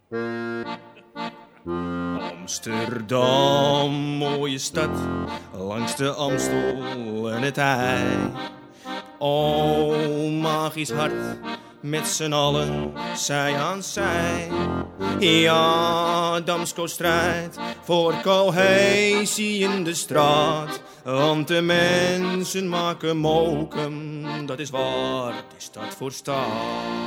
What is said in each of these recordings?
Amsterdam, mooie stad, langs de Amstel en het IJ. O, magisch hart, met z'n allen, zij aan zij. Ja, Damsko strijdt voor cohesie in de straat. Want de mensen maken mokum, dat is waar de stad voor staat.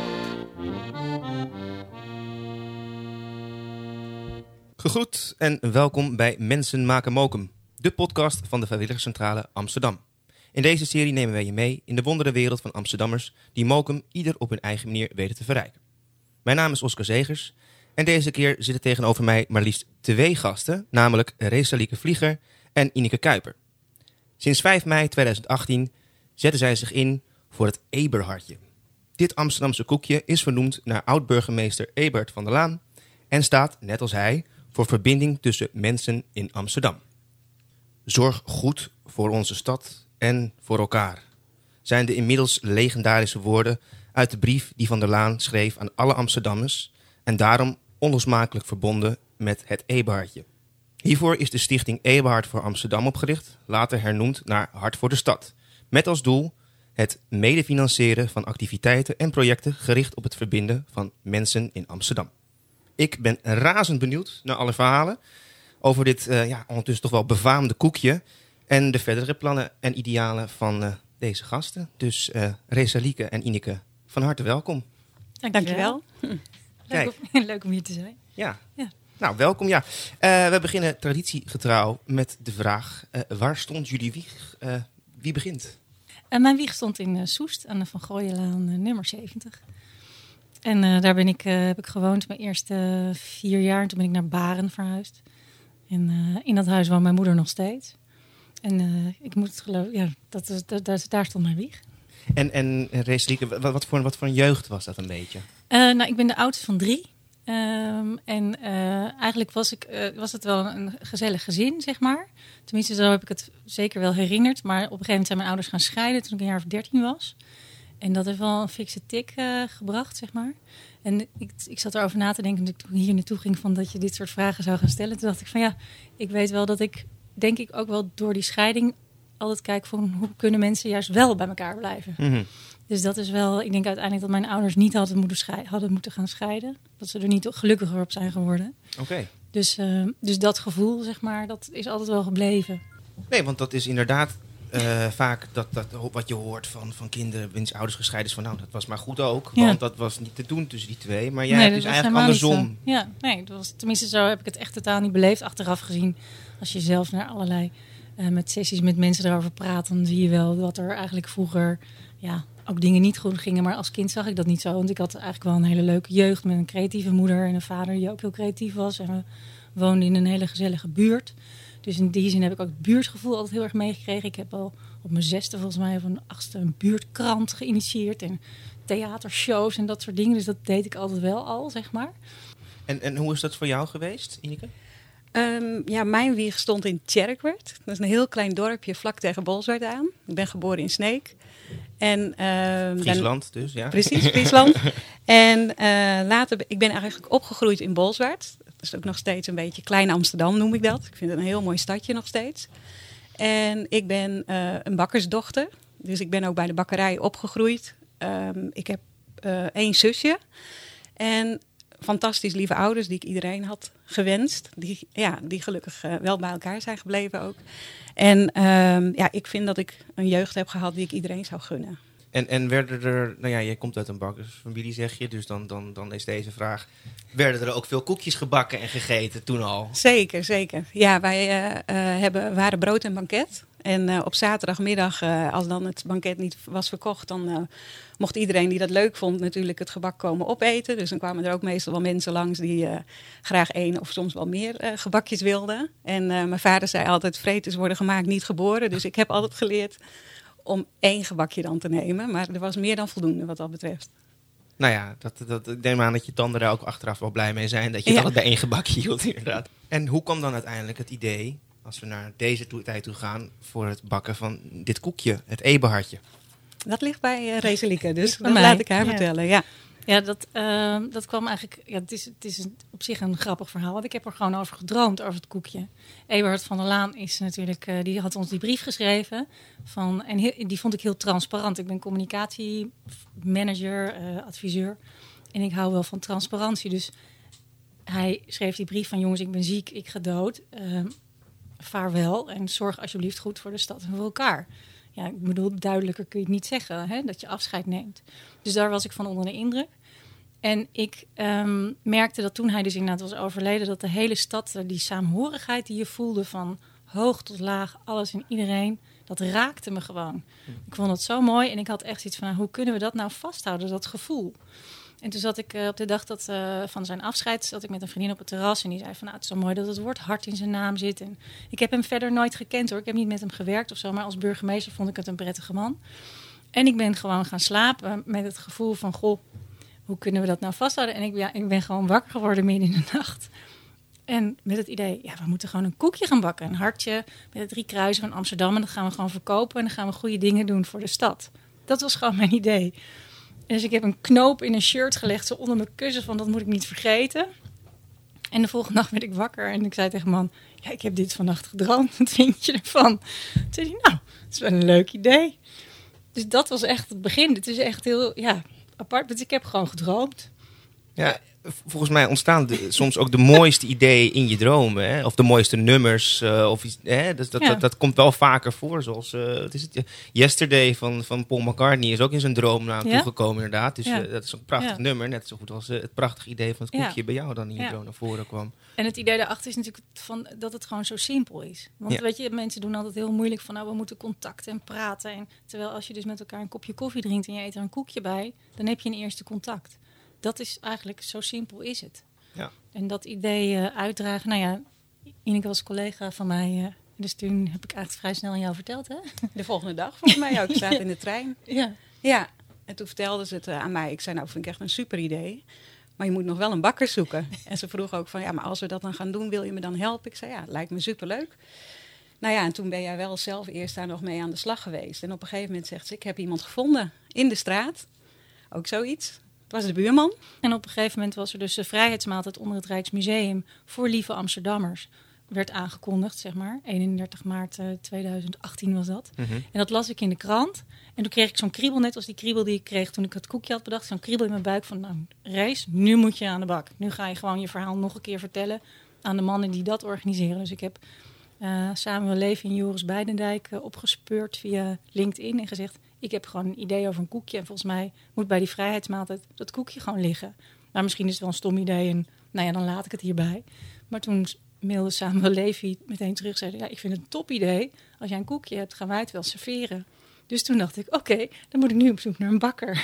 Gegroet en welkom bij Mensen maken mokum, de podcast van de Vrijwilligerscentrale Amsterdam. In deze serie nemen wij je mee in de wonderenwereld van Amsterdammers die mokum ieder op hun eigen manier weten te verrijken. Mijn naam is Oscar Zegers en deze keer zitten tegenover mij maar liefst 2 gasten, namelijk Resalieke Vlieger en Ineke Kuiper. Sinds 5 mei 2018 zetten zij zich in voor het Eberhartje. Dit Amsterdamse koekje is vernoemd naar oud-burgemeester Ebert van der Laan en staat, net als hij, voor verbinding tussen mensen in Amsterdam. Zorg goed voor onze stad en voor elkaar, zijn de inmiddels legendarische woorden uit de brief die Van der Laan schreef aan alle Amsterdammers en daarom onlosmakelijk verbonden met het Eberhartje. Hiervoor is de stichting Eberhard voor Amsterdam opgericht, later hernoemd naar Hart voor de Stad, met als doel het medefinancieren van activiteiten en projecten gericht op het verbinden van mensen in Amsterdam. Ik ben razend benieuwd naar alle verhalen over dit ondertussen toch wel befaamde koekje en de verdere plannen en idealen van deze gasten. Dus Resalieke en Ineke, van harte welkom. Dankjewel. Leuk om hier te zijn. Ja. Nou, welkom. Ja. We beginnen traditiegetrouw met de vraag, waar stond jullie wieg? Wie begint? Mijn wieg stond in Soest aan de Van Gooijenlaan nummer 70. En daar heb ik gewoond mijn eerste 4 jaar. En toen ben ik naar Baren verhuisd. En in dat huis woont mijn moeder nog steeds. En ik moet het geloven, daar stond mijn wieg. En Resalieke, wat voor een jeugd was dat een beetje? Ik ben de oudste van 3. Eigenlijk was het wel een gezellig gezin, zeg maar. Tenminste, zo heb ik het zeker wel herinnerd. Maar op een gegeven moment zijn mijn ouders gaan scheiden toen ik een jaar of 13 was. En dat heeft wel een fikse tik gebracht, zeg maar. En ik zat erover na te denken toen ik hier naartoe ging van dat je dit soort vragen zou gaan stellen. Toen dacht ik van ja, ik weet wel dat ik denk ik ook wel door die scheiding altijd kijk van hoe kunnen mensen juist wel bij elkaar blijven. Mm-hmm. Dus dat is wel, ik denk uiteindelijk dat mijn ouders niet hadden moeten gaan scheiden. Dat ze er niet gelukkiger op zijn geworden. Oké. Dus dat gevoel, zeg maar, dat is altijd wel gebleven. Nee, want dat is inderdaad vaak dat wat je hoort van kinderen wiens ouders gescheiden is van nou, dat was maar goed ook. Ja. Want dat was niet te doen tussen die 2. Maar jij hebt dus eigenlijk andersom. Ja, nee, dat was, tenminste zo heb ik het echt totaal niet beleefd. Achteraf gezien, als je zelf naar allerlei met sessies met mensen erover praat, dan zie je wel dat er eigenlijk vroeger ook dingen niet goed gingen. Maar als kind zag ik dat niet zo. Want ik had eigenlijk wel een hele leuke jeugd met een creatieve moeder en een vader die ook heel creatief was. En we woonden in een hele gezellige buurt. Dus in die zin heb ik ook het buurtgevoel altijd heel erg meegekregen. Ik heb al op mijn 6e volgens mij of een 8e een buurtkrant geïnitieerd. En theatershows en dat soort dingen. Dus dat deed ik altijd wel al, zeg maar. En hoe is dat voor jou geweest, Ineke? Mijn wieg stond in Tjerkwerd. Dat is een heel klein dorpje vlak tegen Bolsward aan. Ik ben geboren in Sneek. En, Friesland dus, ja. Precies, Friesland. En later, ik ben eigenlijk opgegroeid in Bolsward. Dat is ook nog steeds een beetje Klein Amsterdam, noem ik dat. Ik vind het een heel mooi stadje nog steeds. En ik ben een bakkersdochter. Dus ik ben ook bij de bakkerij opgegroeid. Ik heb 1 zusje. En fantastisch lieve ouders die ik iedereen had gewenst. Die gelukkig wel bij elkaar zijn gebleven ook. En ik vind dat ik een jeugd heb gehad die ik iedereen zou gunnen. En werden er, jij komt uit een bakkersfamilie zeg je, dus dan is deze vraag. Werden er ook veel koekjes gebakken en gegeten toen al? Zeker. Ja, wij waren brood en banket. En op zaterdagmiddag, als dan het banket niet was verkocht, dan mocht iedereen die dat leuk vond natuurlijk het gebak komen opeten. Dus dan kwamen er ook meestal wel mensen langs die graag 1 of soms wel meer gebakjes wilden. En mijn vader zei altijd, vreters worden gemaakt, niet geboren. Dus ik heb altijd geleerd om 1 gebakje dan te nemen. Maar er was meer dan voldoende wat dat betreft. Nou ja, ik neem aan dat je tanden daar ook achteraf wel blij mee zijn. Dat je het altijd bij 1 gebakje hield, inderdaad. En hoe kwam dan uiteindelijk het idee, als we naar deze tijd toe gaan, voor het bakken van dit koekje, het Eberhartje? Dat ligt bij Resalieke, dus dat laat ik haar vertellen. Ja. Ja, dat kwam eigenlijk... Ja, het is op zich een grappig verhaal. Want ik heb er gewoon over gedroomd, over het koekje. Eberhard van der Laan is natuurlijk... die had ons die brief geschreven. Die vond ik heel transparant. Ik ben communicatiemanager, adviseur. En ik hou wel van transparantie. Dus hij schreef die brief van... jongens, ik ben ziek, ik ga dood. Vaarwel en zorg alsjeblieft goed voor de stad en voor elkaar. Ja, ik bedoel, duidelijker kun je het niet zeggen, hè, dat je afscheid neemt. Dus daar was ik van onder de indruk. En ik merkte dat toen hij dus inderdaad was overleden... dat de hele stad, die saamhorigheid die je voelde van hoog tot laag... alles en iedereen, dat raakte me gewoon. Ik vond het zo mooi en ik had echt zoiets van... hoe kunnen we dat nou vasthouden, dat gevoel? En toen zat ik op de dag van zijn afscheid... zat ik met een vriendin op het terras en die zei van... nou, het is zo mooi dat het woord hart in zijn naam zit. En ik heb hem verder nooit gekend hoor. Ik heb niet met hem gewerkt of zo... maar als burgemeester vond ik het een prettige man. En ik ben gewoon gaan slapen met het gevoel van... goh, hoe kunnen we dat nou vasthouden? En ik ben gewoon wakker geworden midden in de nacht. En met het idee, ja, we moeten gewoon een koekje gaan bakken. Een hartje met de 3 kruisen van Amsterdam. En dat gaan we gewoon verkopen. En dan gaan we goede dingen doen voor de stad. Dat was gewoon mijn idee. Dus ik heb een knoop in een shirt gelegd, zo onder mijn kussen, van dat moet ik niet vergeten. En de volgende dag werd ik wakker en ik zei tegen man, ja, ik heb dit vannacht gedroomd. Wat vind je ervan? Toen zei hij, nou, het is wel een leuk idee. Dus dat was echt het begin. Het is echt heel apart, want ik heb gewoon gedroomd. Ja, volgens mij ontstaan soms ook de mooiste ideeën in je dromen. Hè? Of de mooiste nummers. Of iets, hè? Dus dat komt wel vaker voor. Zoals wat is het? Yesterday van Paul McCartney is ook in zijn droom naar hem toegekomen inderdaad. Dus dat is een prachtig nummer. Net zo goed als het prachtige idee van het koekje bij jou dan in je droom naar voren kwam. En het idee daarachter is natuurlijk dat het gewoon zo simpel is. Want weet je, mensen doen altijd heel moeilijk van... nou, we moeten contacten en praten. En terwijl als je dus met elkaar een kopje koffie drinkt... en je eet er een koekje bij, dan heb je een eerste contact. Dat is eigenlijk, zo simpel is het. Ja. En dat idee uitdragen... Nou ja, Ineke was collega van mij... dus toen heb ik eigenlijk vrij snel aan jou verteld, hè? De volgende dag, volgens mij ook. Ik zat in de trein. Ja. En toen vertelde ze het aan mij. Ik zei, nou, vind ik echt een super idee. Maar je moet nog wel een bakker zoeken. En ze vroeg ook van, ja, maar als we dat dan gaan doen... wil je me dan helpen? Ik zei, ja, lijkt me superleuk. Nou ja, en toen ben jij wel zelf eerst daar nog mee aan de slag geweest. En op een gegeven moment zegt ze... ik heb iemand gevonden in de straat. Ook zoiets... Het was de buurman. En op een gegeven moment was er dus een vrijheidsmaaltijd onder het Rijksmuseum voor lieve Amsterdammers. Werd aangekondigd, zeg maar. 31 maart 2018 was dat. Mm-hmm. En dat las ik in de krant. En toen kreeg ik zo'n kriebel, net als die kriebel die ik kreeg toen ik het koekje had bedacht. Zo'n kriebel in mijn buik van, nou, Rees, nu moet je aan de bak. Nu ga je gewoon je verhaal nog een keer vertellen aan de mannen die dat organiseren. Dus ik heb Samuel Levy en Joris Beidendijk opgespeurd via LinkedIn en gezegd... ik heb gewoon een idee over een koekje. En volgens mij moet bij die vrijheidsmaaltijd dat koekje gewoon liggen. Maar misschien is het wel een stom idee en nou ja, dan laat ik het hierbij. Maar toen mailde Samuel Levy meteen terug. Zei, ja, ik vind het een top idee. Als jij een koekje hebt, gaan wij het wel serveren. Dus toen dacht ik, oké, dan moet ik nu op zoek naar een bakker.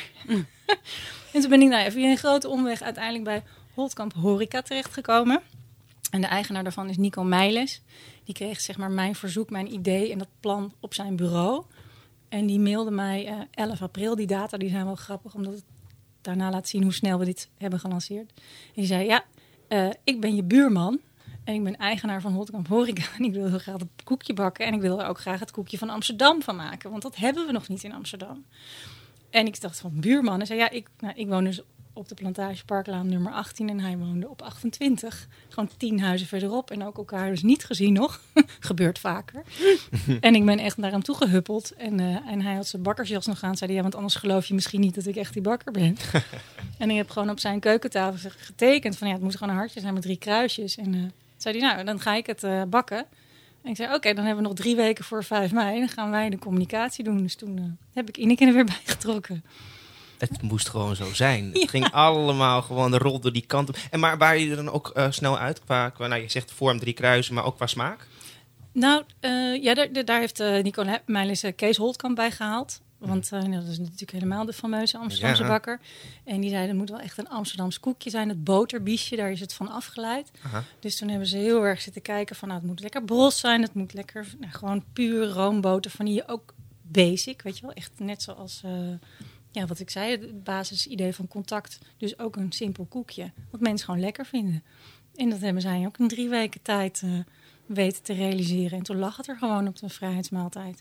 En toen ben ik via een grote omweg uiteindelijk bij Holtkamp Horeca terechtgekomen. En de eigenaar daarvan is Nico Meijles. Die kreeg zeg maar mijn verzoek, mijn idee en dat plan op zijn bureau. En die mailde mij 11 april. Die data die zijn wel grappig, omdat het daarna laat zien hoe snel we dit hebben gelanceerd. En die zei, ja, ik ben je buurman. En ik ben eigenaar van Holtkamp Horeca. En ik wil heel graag het koekje bakken. En ik wil er ook graag het koekje van Amsterdam van maken. Want dat hebben we nog niet in Amsterdam. En ik dacht van buurman. En zei, ja, ik woon dus op de Plantage Parklaan nummer 18. En hij woonde op 28. Gewoon 10 huizen verderop. En ook elkaar dus niet gezien nog. Gebeurt vaker. En ik ben echt naar hem toe gehuppeld. En hij had zijn bakkersjas nog aan. Zei hij, ja, want anders geloof je misschien niet dat ik echt die bakker ben. En ik heb gewoon op zijn keukentafel getekend. Van ja, het moet gewoon een hartje zijn met 3 kruisjes. En zei hij, nou, dan ga ik het bakken. En ik zei, oké, dan hebben we nog 3 weken voor 5 mei. Dan gaan wij de communicatie doen. Dus toen heb ik Ineke er weer bij getrokken. Het moest gewoon zo zijn. Het ging allemaal gewoon de rol door die kant op. En maar waren je er dan ook snel uit? Qua nou, je zegt vorm 3 kruisen, maar ook qua smaak? Nou, daar heeft Nico Meijles Kees Holtkamp bij gehaald. Want dat is natuurlijk helemaal de fameuze Amsterdamse bakker. En die zei, er moet wel echt een Amsterdams koekje zijn. Het boterbiesje, daar is het van afgeleid. Aha. Dus toen hebben ze heel erg zitten kijken van... nou, het moet lekker bros zijn. Het moet lekker gewoon puur roomboter. Vanille ook basic, weet je wel. Echt net zoals... wat ik zei, het basisidee van contact. Dus ook een simpel koekje. Wat mensen gewoon lekker vinden. En dat hebben zij ook in 3 weken tijd weten te realiseren. En toen lag het er gewoon op de vrijheidsmaaltijd.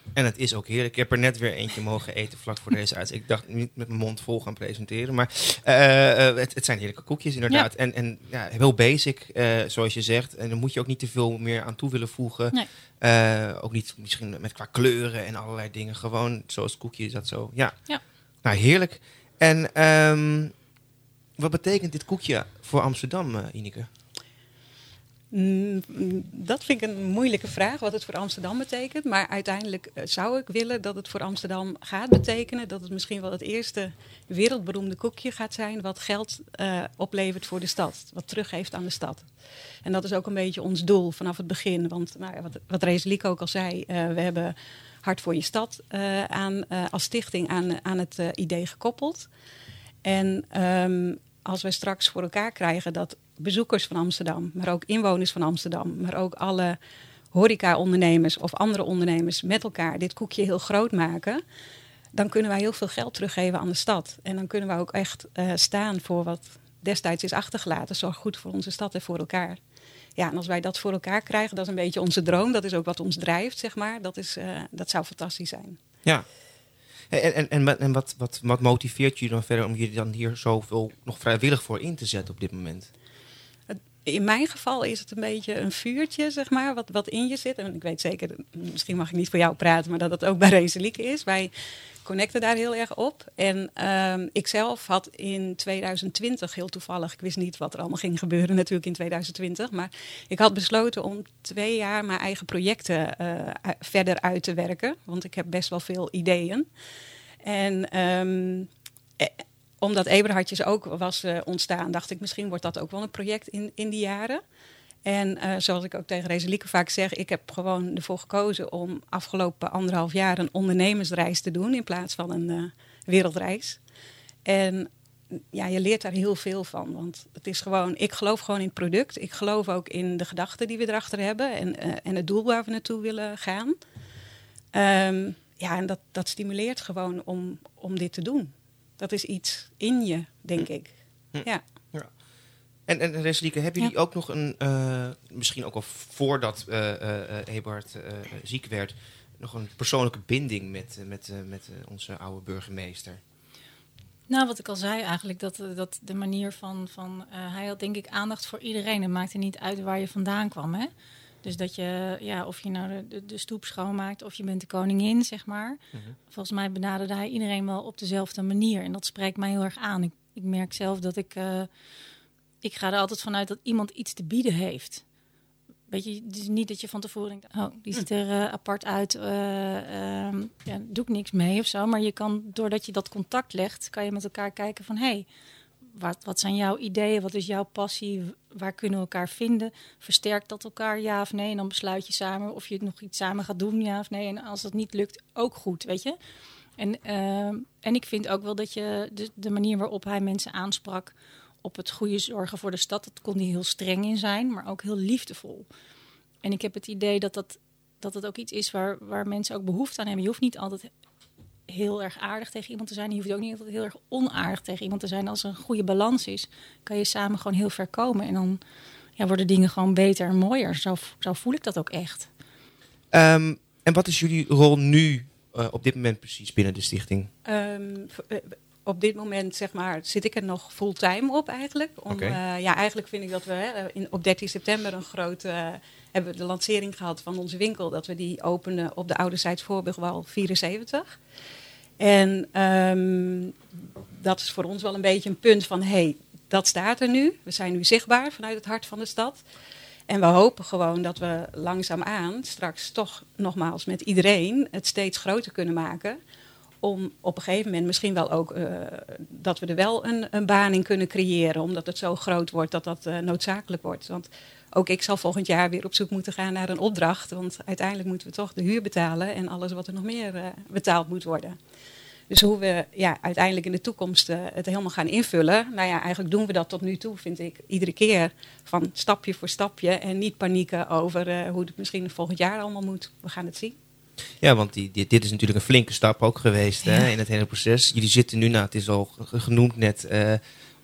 En het is ook heerlijk. Ik heb er net weer eentje mogen eten vlak voor deze uitzending. Ik dacht niet met mijn mond vol gaan presenteren. Maar het zijn heerlijke koekjes inderdaad. Ja. En heel basic, zoals je zegt. En dan moet je ook niet te veel meer aan toe willen voegen. Nee. Ook niet misschien met qua kleuren en allerlei dingen. Gewoon zoals koekjes, dat zo. Ja. Nou, heerlijk. En wat betekent dit koekje voor Amsterdam, Ineke? Dat vind ik een moeilijke vraag, wat het voor Amsterdam betekent. Maar uiteindelijk zou ik willen dat het voor Amsterdam gaat betekenen dat het misschien wel het eerste wereldberoemde koekje gaat zijn wat geld oplevert voor de stad. Wat teruggeeft aan de stad. En dat is ook een beetje ons doel vanaf het begin. Want wat Reseliek ook al zei, we hebben Hart voor je stad als stichting aan het idee gekoppeld. En als wij straks voor elkaar krijgen dat bezoekers van Amsterdam, maar ook inwoners van Amsterdam, maar ook alle horeca-ondernemers of andere ondernemers met elkaar dit koekje heel groot maken, dan kunnen wij heel veel geld teruggeven aan de stad. En dan kunnen we ook echt staan voor wat destijds is achtergelaten. Zorg goed voor onze stad en voor elkaar. Ja, en als wij dat voor elkaar krijgen, dat is een beetje onze droom. Dat is ook wat ons drijft, zeg maar. Dat zou fantastisch zijn. Ja. En wat motiveert je dan verder om je dan hier zoveel nog vrijwillig voor in te zetten op dit moment? In mijn geval is het een beetje een vuurtje, zeg maar, wat in je zit. En ik weet zeker, misschien mag ik niet voor jou praten, maar dat het ook bij Reseliek is. Wij connecten daar heel erg op. En ik zelf had in 2020 heel toevallig, ik wist niet wat er allemaal ging gebeuren natuurlijk in 2020, maar ik had besloten om 2 jaar mijn eigen projecten verder uit te werken. Want ik heb best wel veel ideeën. En omdat Eberhardjes ook was ontstaan, dacht ik, misschien wordt dat ook wel een project in die jaren. En zoals ik ook tegen Reselieke vaak zeg, ik heb gewoon ervoor gekozen om afgelopen 1,5 jaar een ondernemersreis te doen in plaats van een wereldreis. En ja, je leert daar heel veel van, want het is gewoon, ik geloof gewoon in het product. Ik geloof ook in de gedachten die we erachter hebben en het doel waar we naartoe willen gaan. Ja, en dat stimuleert gewoon om dit te doen. Dat is iets in je, denk ik. Ja. En Reselieke, hebben jullie ook nog een, misschien ook al voordat Eberhard ziek werd, nog een persoonlijke binding met onze oude burgemeester? Nou, wat ik al zei eigenlijk, dat de manier van hij had denk ik aandacht voor iedereen. Het maakte niet uit waar je vandaan kwam, hè. Dus dat je, of je nou de stoep schoonmaakt of je bent de koningin, zeg maar. Mm-hmm. Volgens mij benaderde hij iedereen wel op dezelfde manier. En dat spreekt mij heel erg aan. Ik merk zelf dat ik ga er altijd vanuit dat iemand iets te bieden heeft. Weet je, het is niet dat je van tevoren denkt, die ziet er apart uit, doe ik niks mee of zo. Maar je kan, doordat je dat contact legt, kan je met elkaar kijken van, hey, wat zijn jouw ideeën? Wat is jouw passie? Waar kunnen we elkaar vinden? Versterkt dat elkaar, ja of nee? En dan besluit je samen of je het nog iets samen gaat doen, ja of nee. En als dat niet lukt, ook goed, weet je. En ik vind ook wel dat je de manier waarop hij mensen aansprak op het goede zorgen voor de stad, dat kon hij heel streng in zijn, maar ook heel liefdevol. En ik heb het idee dat het ook iets is waar mensen ook behoefte aan hebben. Je hoeft niet altijd heel erg aardig tegen iemand te zijn. Je hoeft ook niet altijd heel erg onaardig tegen iemand te zijn. Als er een goede balans is, kan je samen gewoon heel ver komen. En dan worden dingen gewoon beter en mooier. Zo voel ik dat ook echt. En wat is jullie rol nu op dit moment precies binnen de stichting? Op dit moment, zeg maar, zit ik er nog fulltime op eigenlijk. Eigenlijk vind ik dat we op 13 september hebben we de lancering gehad van onze winkel. Dat we die openen op de Ouderzijds Voorburgwal 74. En dat is voor ons wel een beetje een punt van, dat staat er nu. We zijn nu zichtbaar vanuit het hart van de stad. En we hopen gewoon dat we langzaamaan straks toch nogmaals met iedereen het steeds groter kunnen maken. Om op een gegeven moment misschien wel ook dat we er wel een baan in kunnen creëren. Omdat het zo groot wordt dat dat noodzakelijk wordt. Want ook ik zal volgend jaar weer op zoek moeten gaan naar een opdracht. Want uiteindelijk moeten we toch de huur betalen en alles wat er nog meer betaald moet worden. Dus hoe we uiteindelijk in de toekomst het helemaal gaan invullen. Nou ja, eigenlijk doen we dat tot nu toe, vind ik, iedere keer van stapje voor stapje. En niet panieken over hoe het misschien volgend jaar allemaal moet. We gaan het zien. Ja, want dit is natuurlijk een flinke stap ook geweest hè, in het hele proces. Jullie zitten nu, het is al genoemd net,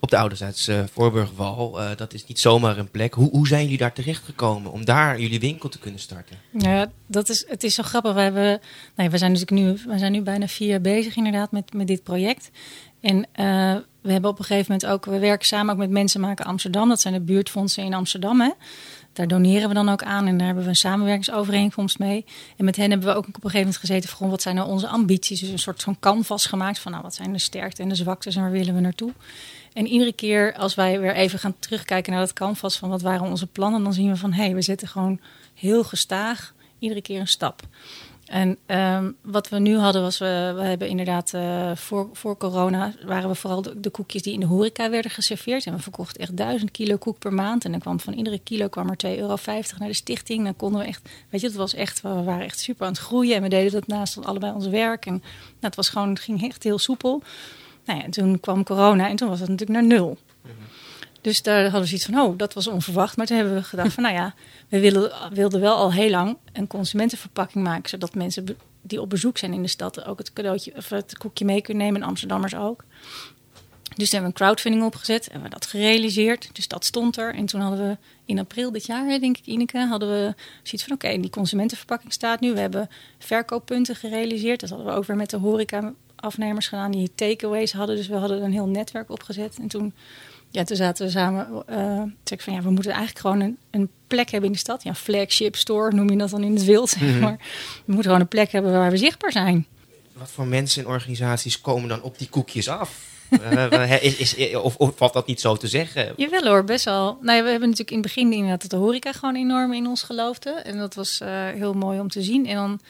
Op de Ouderzijds Voorburgwal, dat is niet zomaar een plek. Hoe zijn jullie daar terechtgekomen om daar jullie winkel te kunnen starten? Ja, het is zo grappig. We zijn nu bijna 4 jaar bezig inderdaad met dit project. En we hebben op een gegeven moment ook... We werken samen ook met Mensen Maken Amsterdam. Dat zijn de buurtfondsen in Amsterdam, hè. Daar doneren we dan ook aan en daar hebben we een samenwerkingsovereenkomst mee. En met hen hebben we ook op een gegeven moment gezeten van wat zijn nou onze ambities. Dus een soort van canvas gemaakt van wat zijn de sterkte en de zwaktes en waar willen we naartoe. En iedere keer als wij weer even gaan terugkijken naar dat canvas van wat waren onze plannen, dan zien we van we zetten gewoon heel gestaag iedere keer een stap. En wat we nu hadden was, we hebben inderdaad voor corona waren we vooral de koekjes die in de horeca werden geserveerd. En we verkochten echt 1000 kilo koek per maand. En dan kwam van iedere kilo kwam er €2,50 naar de stichting. Dan konden we echt, we waren echt super aan het groeien. En we deden dat naast allebei ons werk. En het ging echt heel soepel. Nou ja, en toen kwam corona en toen was het natuurlijk naar 0. Dus daar hadden we zoiets van, dat was onverwacht. Maar toen hebben we gedacht van, we wilden wel al heel lang een consumentenverpakking maken. Zodat mensen die op bezoek zijn in de stad ook het cadeautje of het koekje mee kunnen nemen. En Amsterdammers ook. Dus toen hebben we een crowdfunding opgezet. En we dat gerealiseerd. Dus dat stond er. En toen hadden we in april dit jaar, denk ik, Ineke, hadden we zoiets van, die consumentenverpakking staat nu. We hebben verkooppunten gerealiseerd. Dat hadden we ook weer met de horeca-afnemers gedaan die takeaways hadden. Dus we hadden een heel netwerk opgezet. En toen zaten we samen. Toen zei ik van we moeten eigenlijk gewoon een plek hebben in de stad. Ja, flagship store noem je dat dan in het wild. Zeg maar. We moeten gewoon een plek hebben waar we zichtbaar zijn. Wat voor mensen en organisaties komen dan op die koekjes af? Of valt dat niet zo te zeggen? Jawel hoor, best wel. We hebben natuurlijk in het begin inderdaad dat de horeca gewoon enorm in ons geloofde. En dat was heel mooi om te zien. En dan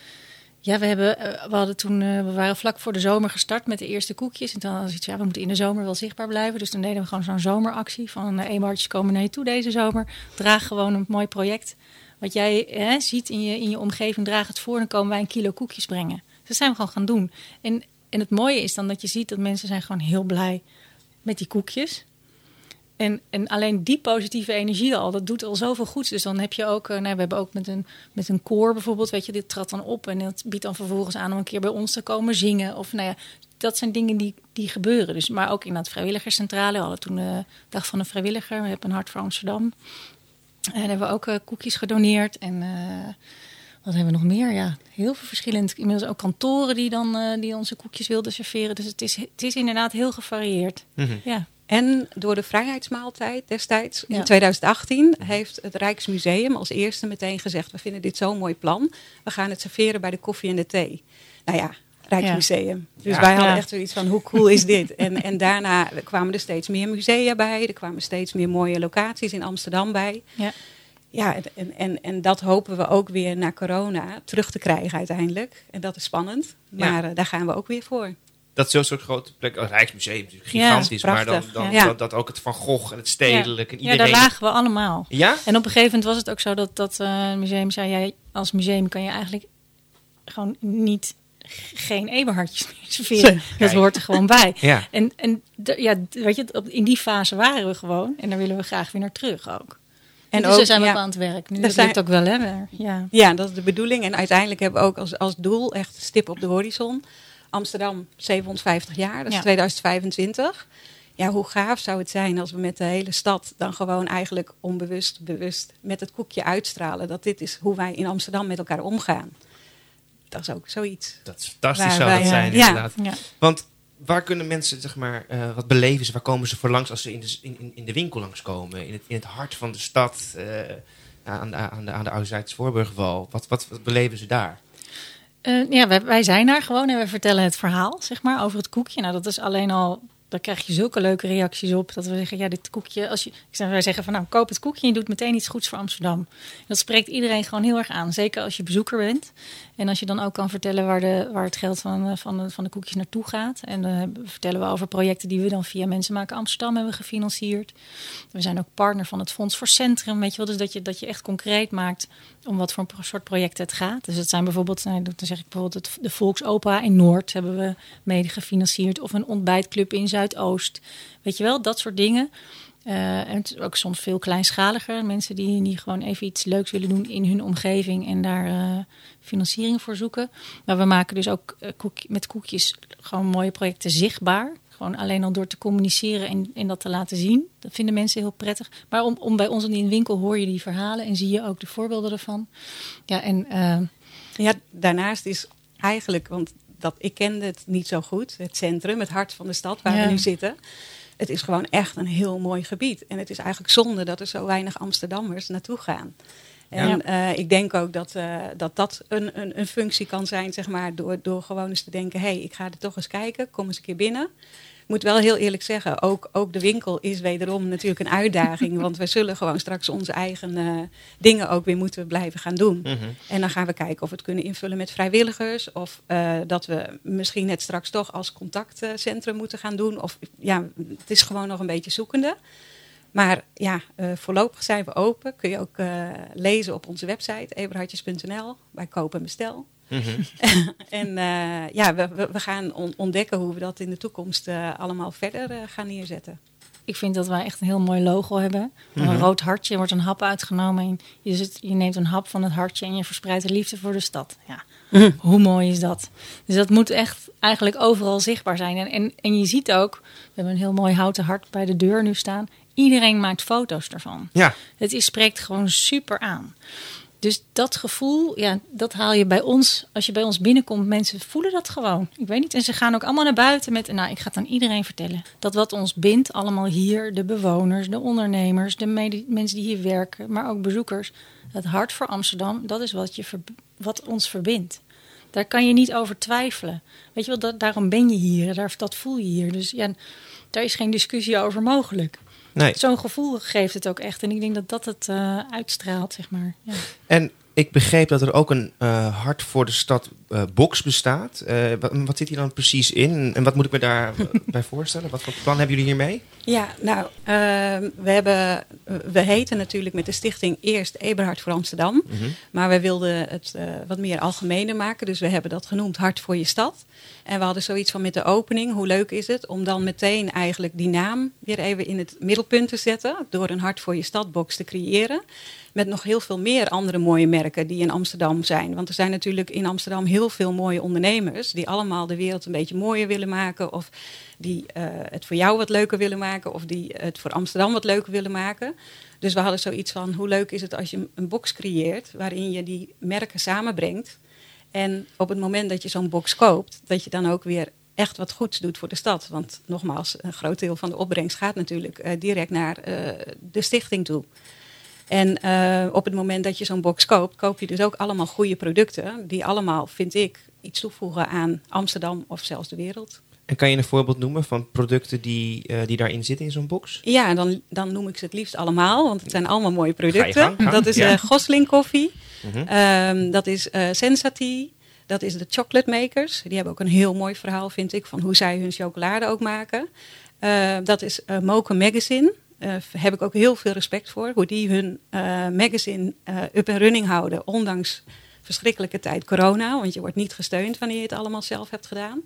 we waren vlak voor de zomer gestart met de eerste koekjes. En toen hadden we zoiets, we moeten in de zomer wel zichtbaar blijven. Dus toen deden we gewoon zo'n zomeractie van Emartjes komen naar je toe deze zomer. Draag gewoon een mooi project. Wat jij ziet in je omgeving, draag het voor. Dan komen wij 1 kilo koekjes brengen. Dus dat zijn we gewoon gaan doen. En het mooie is dan dat je ziet dat mensen zijn gewoon heel blij met die koekjes. En alleen die positieve energie al, dat doet al zoveel goeds. Dus dan heb je ook, we hebben ook met een koor bijvoorbeeld, dit trad dan op. En dat biedt dan vervolgens aan om een keer bij ons te komen zingen. Of dat zijn dingen die gebeuren. Dus, maar ook in dat vrijwilligerscentrale. We hadden toen de dag van de vrijwilliger. We hebben een hart voor Amsterdam. En hebben we ook koekjes gedoneerd. En wat hebben we nog meer? Ja, heel veel verschillend. Inmiddels ook kantoren die onze koekjes wilden serveren. Dus het is inderdaad heel gevarieerd. Mm-hmm. Ja. En door de vrijheidsmaaltijd destijds, in 2018, heeft het Rijksmuseum als eerste meteen gezegd, we vinden dit zo'n mooi plan. We gaan het serveren bij de koffie en de thee. Rijksmuseum. Ja. Dus wij hadden echt zoiets van, hoe cool is dit? En daarna kwamen er steeds meer musea bij. Er kwamen steeds meer mooie locaties in Amsterdam bij. Ja. Ja, en dat hopen we ook weer na corona terug te krijgen uiteindelijk. En dat is spannend. Maar daar gaan we ook weer voor. Dat is zo'n soort grote plek. Het Rijksmuseum is natuurlijk gigantisch. Maar dan dat ook het Van Gogh en het stedelijk. En iedereen... Ja, daar lagen we allemaal. Ja? En op een gegeven moment was het ook zo dat het museum zei, als museum kan je eigenlijk gewoon geen eberhardjes meer serveren. Dat hoort er gewoon bij. Ja. Weet je, in die fase waren we gewoon. En daar willen we graag weer naar terug ook. En dus ook, zijn we aan het werk. Nu dat lukt ook wel, hè? Ja, dat is de bedoeling. En uiteindelijk hebben we ook als doel echt stip op de horizon. Amsterdam 750 jaar, dat is 2025. Ja, hoe gaaf zou het zijn als we met de hele stad dan gewoon eigenlijk onbewust, bewust met het koekje uitstralen. Dat dit is hoe wij in Amsterdam met elkaar omgaan. Dat is ook zoiets. Dat is fantastisch zou dat zijn, inderdaad. Ja. Want waar kunnen mensen, wat beleven ze? Waar komen ze voor langs als ze in de winkel langskomen? In het hart van de stad, aan de Ouderzijds Voorburgwal. Wat beleven ze daar? Wij zijn daar gewoon en we vertellen het verhaal, over het koekje. Nou, dat is alleen al, daar krijg je zulke leuke reacties op. Dat we zeggen, dit koekje, wij zeggen van, koop het koekje en je doet meteen iets goeds voor Amsterdam. Dat spreekt iedereen gewoon heel erg aan. Zeker als je bezoeker bent. En als je dan ook kan vertellen waar het geld van de koekjes naartoe gaat. En dan vertellen we over projecten die we dan via Mensen Maken Amsterdam hebben gefinancierd. We zijn ook partner van het Fonds voor Centrum. Weet je wel, dus dat je echt concreet maakt om wat voor een soort projecten het gaat. Dus het zijn bijvoorbeeld, dan zeg ik bijvoorbeeld de Volksopera in Noord hebben we mede gefinancierd. Of een ontbijtclub in Zuidoost. Weet je wel, dat soort dingen. En het is ook soms veel kleinschaliger. Mensen die gewoon even iets leuks willen doen in hun omgeving en daar financiering voor zoeken. Maar we maken dus ook met koekjes gewoon mooie projecten zichtbaar. Gewoon alleen al door te communiceren en dat te laten zien. Dat vinden mensen heel prettig. Maar om bij ons in die winkel hoor je die verhalen en zie je ook de voorbeelden ervan. Ja, en daarnaast is eigenlijk, want ik kende het niet zo goed. Het centrum, het hart van de stad waar we nu zitten. Het is gewoon echt een heel mooi gebied. En het is eigenlijk zonde dat er zo weinig Amsterdammers naartoe gaan. En ik denk ook dat een functie kan zijn, zeg maar, door gewoon eens te denken, ik ga er toch eens kijken, kom eens een keer binnen. Ik moet wel heel eerlijk zeggen, ook de winkel is wederom natuurlijk een uitdaging. Want we zullen gewoon straks onze eigen dingen ook weer moeten blijven gaan doen. Mm-hmm. En dan gaan we kijken of we het kunnen invullen met vrijwilligers. Of dat we misschien het straks toch als contactcentrum moeten gaan doen. Of het is gewoon nog een beetje zoekende. Maar voorlopig zijn we open. Kun je ook lezen op onze website, eberhardjes.nl, bij Koop en Bestel. Mm-hmm. En we gaan ontdekken hoe we dat in de toekomst allemaal verder gaan neerzetten. Ik vind dat wij echt een heel mooi logo hebben. Mm-hmm. Een rood hartje, er wordt een hap uitgenomen. En je neemt een hap van het hartje en je verspreidt de liefde voor de stad. Ja, hoe mooi is dat? Dus dat moet echt eigenlijk overal zichtbaar zijn. En je ziet ook, we hebben een heel mooi houten hart bij de deur nu staan. Iedereen maakt foto's ervan. Ja. Het spreekt gewoon super aan. Dus dat gevoel, dat haal je bij ons. Als je bij ons binnenkomt, mensen voelen dat gewoon. Ik weet niet. En ze gaan ook allemaal naar buiten met, ik ga het aan iedereen vertellen. Dat wat ons bindt, allemaal hier, de bewoners, de ondernemers, de mensen die hier werken, maar ook bezoekers. Het hart voor Amsterdam, dat is wat ons verbindt. Daar kan je niet over twijfelen. Weet je wel, daarom ben je hier, dat voel je hier. Dus daar is geen discussie over mogelijk. Nee. Zo'n gevoel geeft het ook echt. En ik denk dat het uitstraalt, zeg maar. Ja. En ik begreep dat er ook een hart voor de stad box bestaat. Wat zit hier dan precies in? En wat moet ik me daarbij voorstellen? Wat voor plan hebben jullie hiermee? Ja, nou, we heten natuurlijk met de stichting eerst Eberhard voor Amsterdam. Mm-hmm. Maar we wilden het wat meer algemener maken. Dus we hebben dat genoemd Hart voor je stad. En we hadden zoiets van met de opening, hoe leuk is het om dan meteen eigenlijk die naam weer even in het middelpunt te zetten. Door een Hart voor je stadbox te creëren. Met nog heel veel meer andere mooie merken die in Amsterdam zijn. Want er zijn natuurlijk in Amsterdam heel veel mooie ondernemers die allemaal de wereld een beetje mooier willen maken. Of die het voor jou wat leuker willen maken. Of die het voor Amsterdam wat leuker willen maken. Dus we hadden zoiets van, hoe leuk is het als je een box creëert waarin je die merken samenbrengt. En op het moment dat je zo'n box koopt, dat je dan ook weer echt wat goeds doet voor de stad. Want nogmaals, een groot deel van de opbrengst gaat natuurlijk direct naar de stichting toe. En op het moment dat je zo'n box koopt, koop je dus ook allemaal goede producten. Die allemaal, vind ik, iets toevoegen aan Amsterdam of zelfs de wereld. En kan je een voorbeeld noemen van producten die daarin zitten in zo'n box? Ja, dan noem ik ze het liefst allemaal, want het zijn allemaal mooie producten. Ga je gang. Dat is Gosling koffie, Mm-hmm. dat is Sensati, dat is de chocolate makers. Die hebben ook een heel mooi verhaal, vind ik, van hoe zij hun chocolade ook maken. Dat is Mocha Magazine. Heb ik ook heel veel respect voor. Hoe die hun magazine up en running houden. Ondanks verschrikkelijke tijd corona. Want je wordt niet gesteund wanneer je het allemaal zelf hebt gedaan.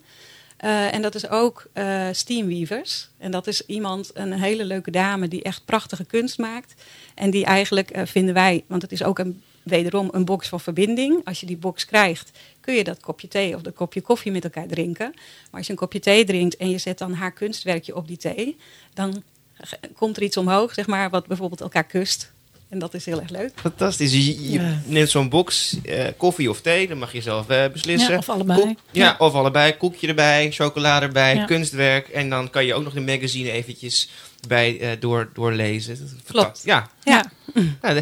En dat is ook Steamweavers. En dat is een hele leuke dame die echt prachtige kunst maakt. En die eigenlijk, vinden wij, want het is ook wederom een box van verbinding. Als je die box krijgt, kun je dat kopje thee of dat kopje koffie met elkaar drinken. Maar als je een kopje thee drinkt en je zet dan haar kunstwerkje op die thee, dan komt er iets omhoog, zeg maar, wat bijvoorbeeld elkaar kust. En dat is heel erg leuk. Fantastisch. Je neemt zo'n box, koffie of thee, dan mag je zelf beslissen. Ja, of allebei. Of allebei. Koekje erbij, chocolade erbij, Ja. kunstwerk. En dan kan je ook nog de magazine eventjes bij doorlezen. Dat is Klopt. fantastisch. Ja. Ja.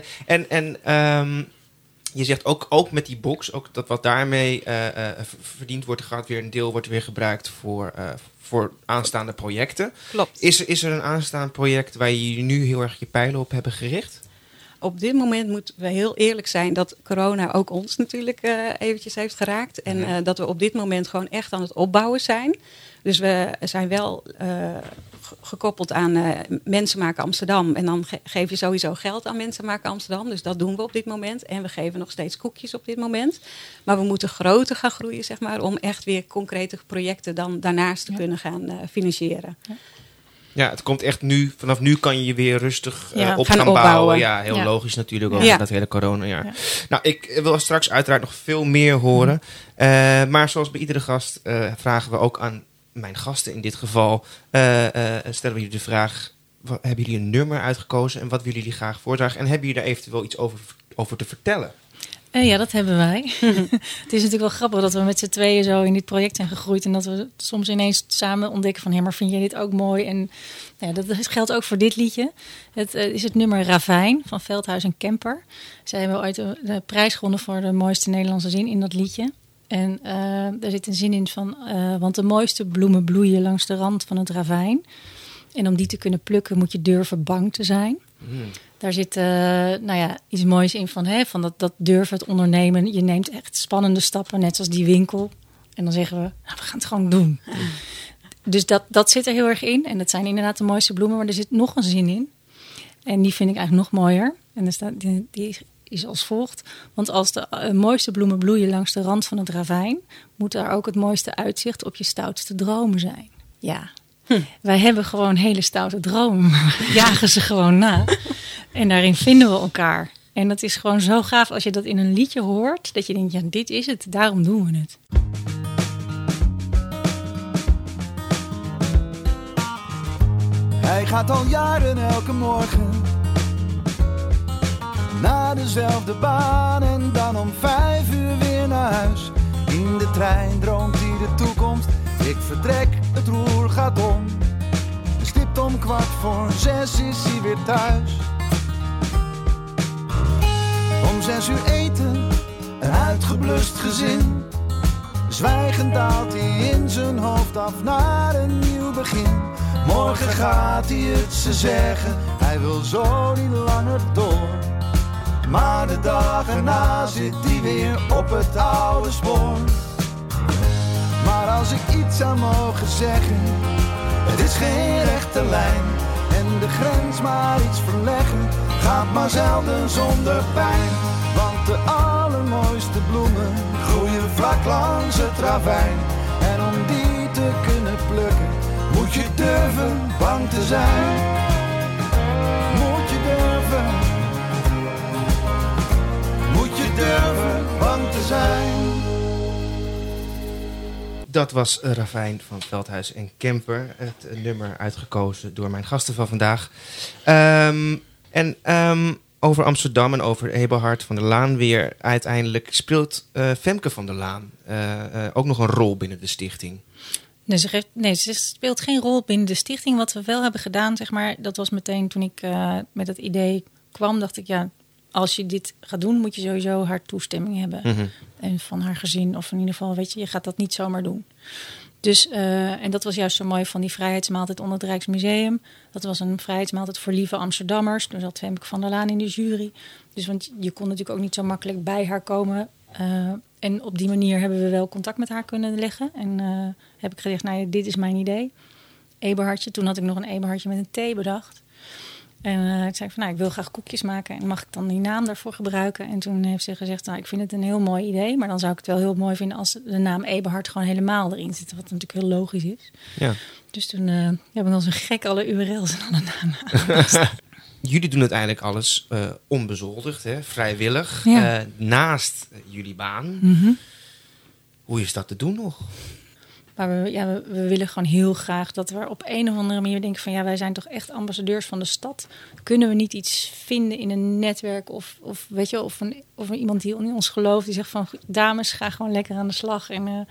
En je zegt ook met die box, ook dat wat daarmee verdiend wordt, een deel wordt weer gebruikt voor aanstaande projecten. Klopt. Is er een aanstaand project waar je nu heel erg je pijlen op hebben gericht? Op dit moment moeten we heel eerlijk zijn dat corona ook ons natuurlijk eventjes heeft geraakt. En dat we op dit moment gewoon echt aan het opbouwen zijn. Dus we zijn wel gekoppeld aan Mensen Maken Amsterdam. En dan geef je sowieso geld aan Mensen Maken Amsterdam. Dus dat doen we op dit moment. En we geven nog steeds koekjes op dit moment. Maar we moeten groter gaan groeien, zeg maar, om echt weer concrete projecten dan daarnaast te kunnen gaan financieren. Ja. Ja, het komt echt nu. Vanaf nu kan je je weer rustig op gaan gaan opbouwen. bouwen. Ja, heel Ja. logisch natuurlijk Ja. over dat hele coronajaar. Ja. Nou, ik wil straks uiteraard nog veel meer horen. Maar zoals bij iedere gast vragen we ook aan mijn gasten in dit geval, stellen we jullie de vraag, hebben jullie een nummer uitgekozen en wat willen jullie graag voordragen? En hebben jullie daar eventueel iets over te vertellen? Ja, dat hebben wij. Het is natuurlijk wel grappig dat we met z'n tweeën zo in dit project zijn gegroeid. En dat we soms ineens samen ontdekken van... maar vind jij dit ook mooi? En dat geldt ook voor dit liedje. Het is het nummer Ravijn van Veldhuis en Kemper. Zij hebben ooit de prijs gewonnen voor de mooiste Nederlandse zin in dat liedje. En daar zit een zin in van... want de mooiste bloemen bloeien langs de rand van het ravijn. En om die te kunnen plukken moet je durven bang te zijn. Daar zit iets moois in van dat durven, het ondernemen. Je neemt echt spannende stappen, net zoals die winkel. En dan zeggen we gaan het gewoon doen. Dus dat zit er heel erg in. En dat zijn inderdaad de mooiste bloemen. Maar er zit nog een zin in. En die vind ik eigenlijk nog mooier. En die is als volgt. Want als de mooiste bloemen bloeien langs de rand van het ravijn... moet daar ook het mooiste uitzicht op je stoutste dromen zijn. Ja. Wij hebben gewoon hele stoute dromen. We jagen ze gewoon na. En daarin vinden we elkaar. En dat is gewoon zo gaaf als je dat in een liedje hoort. Dat je denkt, ja, dit is het. Daarom doen we het. Hij gaat al jaren elke morgen naar dezelfde baan. En dan om 5 uur weer naar huis. In de trein droomt hij de toekomst. Ik vertrek, het roer gaat om. Stipt om 5:15 is hij weer thuis. Om 6 uur eten, een uitgeblust gezin. Zwijgend daalt hij in zijn hoofd af naar een nieuw begin. Morgen gaat hij het ze zeggen, hij wil zo niet langer door. Maar de dag erna zit hij weer op het oude spoor. Maar als ik iets zou mogen zeggen, het is geen rechte lijn. En de grens maar iets verleggen, gaat maar zelden zonder pijn. Want de allermooiste bloemen groeien vlak langs het ravijn. En om die te kunnen plukken, moet je durven bang te zijn. Moet je durven. Moet je durven bang te zijn. Dat was Ravijn van Veldhuis en Kemper. Het nummer uitgekozen door mijn gasten van vandaag. Over Amsterdam en over Eberhard van der Laan weer. Uiteindelijk speelt Femke van der Laan ook nog een rol binnen de stichting. Nee, ze speelt geen rol binnen de stichting. Wat we wel hebben gedaan, zeg maar, dat was meteen toen ik met het idee kwam, dacht ik, ja, als je dit gaat doen, moet je sowieso haar toestemming hebben. Mm-hmm. En van haar gezin, of in ieder geval, weet je gaat dat niet zomaar doen. Dus, en dat was juist zo mooi van die vrijheidsmaaltijd onder het Rijksmuseum. Dat was een vrijheidsmaaltijd voor lieve Amsterdammers. Toen zat Femke van der Laan in de jury. Dus want je kon natuurlijk ook niet zo makkelijk bij haar komen. En op die manier hebben we wel contact met haar kunnen leggen. En heb ik gezegd, nou ja, dit is mijn idee. Eberhardje. Toen had ik nog een Eberhardje met een T bedacht. En ik zei van, nou, ik wil graag koekjes maken. En mag ik dan die naam daarvoor gebruiken? En toen heeft ze gezegd, nou, ik vind het een heel mooi idee. Maar dan zou ik het wel heel mooi vinden als de naam Eberhard gewoon helemaal erin zit. Wat natuurlijk heel logisch is. Ja. Dus toen heb ik als een gek alle URL's en alle namen aangepast. Jullie doen uiteindelijk alles onbezoldigd, hè? Vrijwillig. Ja. Naast jullie baan. Mm-hmm. Hoe is dat te doen nog? Maar we willen gewoon heel graag dat we op een of andere manier denken van, ja, wij zijn toch echt ambassadeurs van de stad. Kunnen we niet iets vinden in een netwerk of weet je, of iemand die in ons gelooft, die zegt van, dames, ga gewoon lekker aan de slag.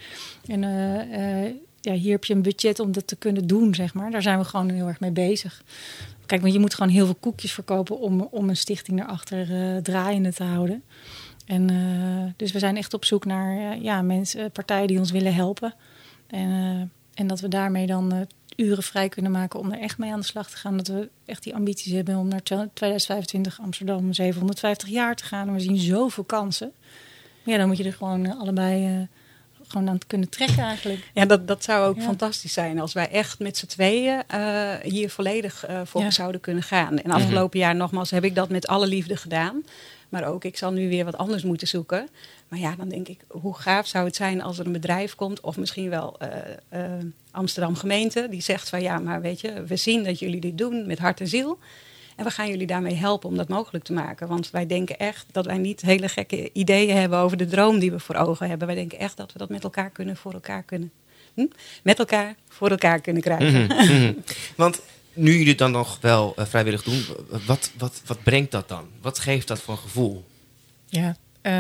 Hier heb je een budget om dat te kunnen doen, zeg maar. Daar zijn we gewoon heel erg mee bezig. Kijk, want je moet gewoon heel veel koekjes verkopen om een stichting erachter draaiende te houden. En dus we zijn echt op zoek naar mensen, partijen die ons willen helpen. En dat we daarmee dan uren vrij kunnen maken om er echt mee aan de slag te gaan. Dat we echt die ambities hebben om naar 2025 Amsterdam 750 jaar te gaan. En we zien zoveel kansen. Maar ja, dan moet je er gewoon allebei gewoon aan kunnen trekken eigenlijk. Ja, dat zou ook fantastisch zijn als wij echt met z'n tweeën hier volledig voor zouden kunnen gaan. En afgelopen jaar nogmaals heb ik dat met alle liefde gedaan. Maar ook, ik zal nu weer wat anders moeten zoeken. Maar ja, dan denk ik, hoe gaaf zou het zijn als er een bedrijf komt, of misschien wel Amsterdam gemeente, die zegt van, ja, maar weet je, we zien dat jullie dit doen met hart en ziel. En we gaan jullie daarmee helpen om dat mogelijk te maken. Want wij denken echt dat wij niet hele gekke ideeën hebben over de droom die we voor ogen hebben. Wij denken echt dat we dat met elkaar kunnen, voor elkaar kunnen met elkaar voor elkaar kunnen krijgen. Want nu jullie het dan nog wel vrijwillig doen, wat brengt dat dan? Wat geeft dat voor een gevoel? Ja,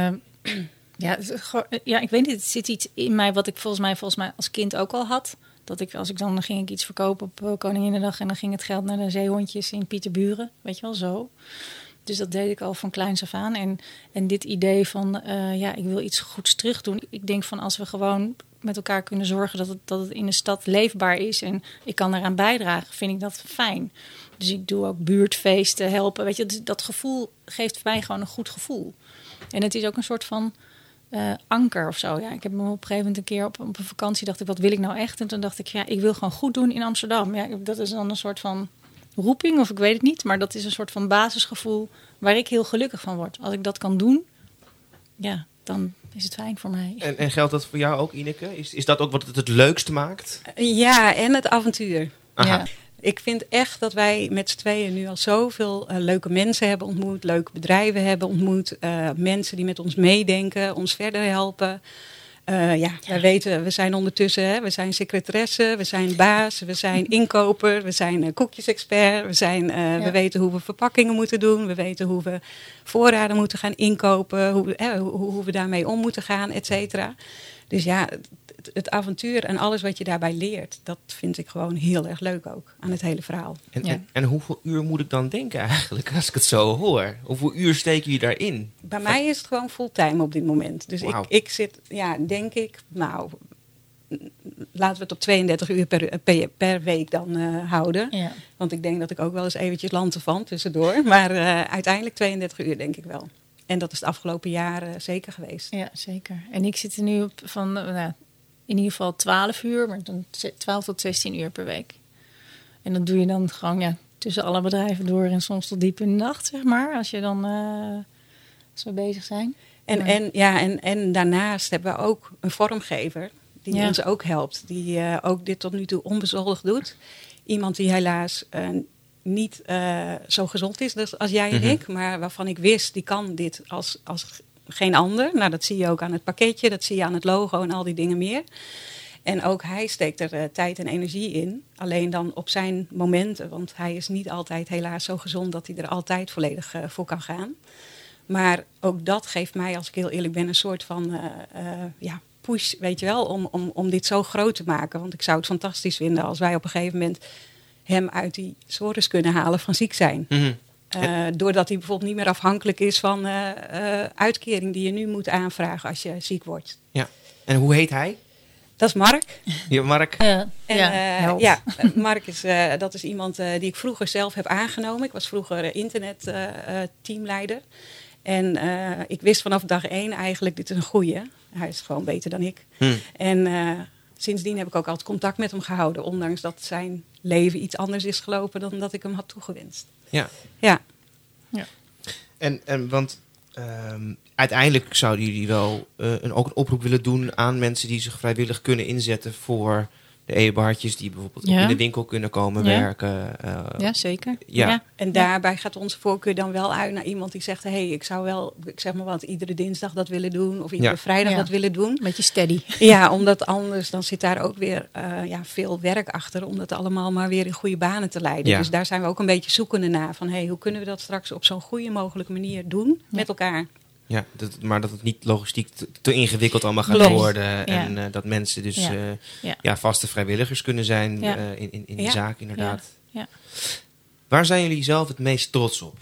ik weet niet. Het zit iets in mij wat ik volgens mij als kind ook al had. Dat dan ging ik iets verkopen op Koninginnedag en dan ging het geld naar de zeehondjes in Pieterburen. Weet je wel, zo. Dus dat deed ik al van kleins af aan. En dit idee van, ik wil iets goeds terug doen. Ik denk van als we gewoon met elkaar kunnen zorgen dat het in de stad leefbaar is en ik kan eraan bijdragen, vind ik dat fijn. Dus ik doe ook buurtfeesten, helpen. Weet je, dat gevoel geeft mij gewoon een goed gevoel. En het is ook een soort van anker of zo. Ja, ik heb me op een gegeven moment een keer op een vakantie dacht ik, wat wil ik nou echt? En toen dacht ik, ik wil gewoon goed doen in Amsterdam. Ja, dat is dan een soort van roeping of ik weet het niet, maar dat is een soort van basisgevoel waar ik heel gelukkig van word. Als ik dat kan doen, dan is het fijn voor mij. En geldt dat voor jou ook, Ineke? Is dat ook wat het leukste maakt? Ja, en het avontuur. Aha. Ja. Ik vind echt dat wij met z'n tweeën nu al zoveel leuke mensen hebben ontmoet. Leuke bedrijven hebben ontmoet. Mensen die met ons meedenken, ons verder helpen. Wij weten, we zijn ondertussen, we zijn secretaresse, we zijn baas, we zijn inkoper, we zijn koekjesexpert. We weten hoe we verpakkingen moeten doen. We weten hoe we voorraden moeten gaan inkopen. Hoe we daarmee om moeten gaan, et cetera. Dus ja, het avontuur en alles wat je daarbij leert, dat vind ik gewoon heel erg leuk ook aan het hele verhaal. En hoeveel uur moet ik dan denken eigenlijk als ik het zo hoor? Hoeveel uur steken jullie daarin? Bij mij is het gewoon fulltime op dit moment. Dus Wauw. ik zit, denk ik, laten we het op 32 uur per week dan houden. Ja. Want ik denk dat ik ook wel eens eventjes landen van tussendoor. Maar uiteindelijk 32 uur denk ik wel. En dat is de afgelopen jaren zeker geweest. Ja, zeker. En ik zit er nu op van in ieder geval 12 uur, maar dan 12 tot 16 uur per week. En dat doe je dan gewoon tussen alle bedrijven door en soms tot diep in de nacht, zeg maar. Als je dan als we bezig zijn. En daarnaast hebben we ook een vormgever die ons ook helpt. Die ook dit tot nu toe onbezoldigd doet. Iemand die helaas niet zo gezond is als jij en ik. Maar waarvan ik wist, die kan dit als geen ander. Nou, dat zie je ook aan het pakketje. Dat zie je aan het logo en al die dingen meer. En ook hij steekt er tijd en energie in. Alleen dan op zijn momenten. Want hij is niet altijd helaas zo gezond dat hij er altijd volledig voor kan gaan. Maar ook dat geeft mij, als ik heel eerlijk ben, een soort van push, weet je wel, om dit zo groot te maken. Want ik zou het fantastisch vinden als wij op een gegeven moment hem uit die sores kunnen halen van ziek zijn. Doordat hij bijvoorbeeld niet meer afhankelijk is van uitkering die je nu moet aanvragen als je ziek wordt. Ja. En hoe heet hij? Dat is Mark. Ja, Mark. Mark dat is iemand die ik vroeger zelf heb aangenomen. Ik was vroeger internet-teamleider. En ik wist vanaf dag 1 eigenlijk, dit is een goeie. Hij is gewoon beter dan ik. En sindsdien heb ik ook altijd contact met hem gehouden. Ondanks dat zijn leven iets anders is gelopen dan dat ik hem had toegewenst. Ja. En want uiteindelijk zouden jullie wel ook een oproep willen doen aan mensen die zich vrijwillig kunnen inzetten voor de eetbaartjes die bijvoorbeeld ook in de winkel kunnen komen werken. Ja, zeker. Ja. En daarbij gaat onze voorkeur dan wel uit naar iemand die zegt, ik zou wel, ik zeg maar wat, iedere dinsdag dat willen doen of iedere vrijdag dat willen doen. Beetje steady. Ja, omdat anders dan zit daar ook weer veel werk achter om dat allemaal maar weer in goede banen te leiden. Ja. Dus daar zijn we ook een beetje zoekende naar van hoe kunnen we dat straks op zo'n goede mogelijke manier doen met elkaar. Ja, maar dat het niet logistiek te ingewikkeld allemaal gaat worden. En dat mensen dus vaste vrijwilligers kunnen zijn in die zaak inderdaad. Ja. Waar zijn jullie zelf het meest trots op?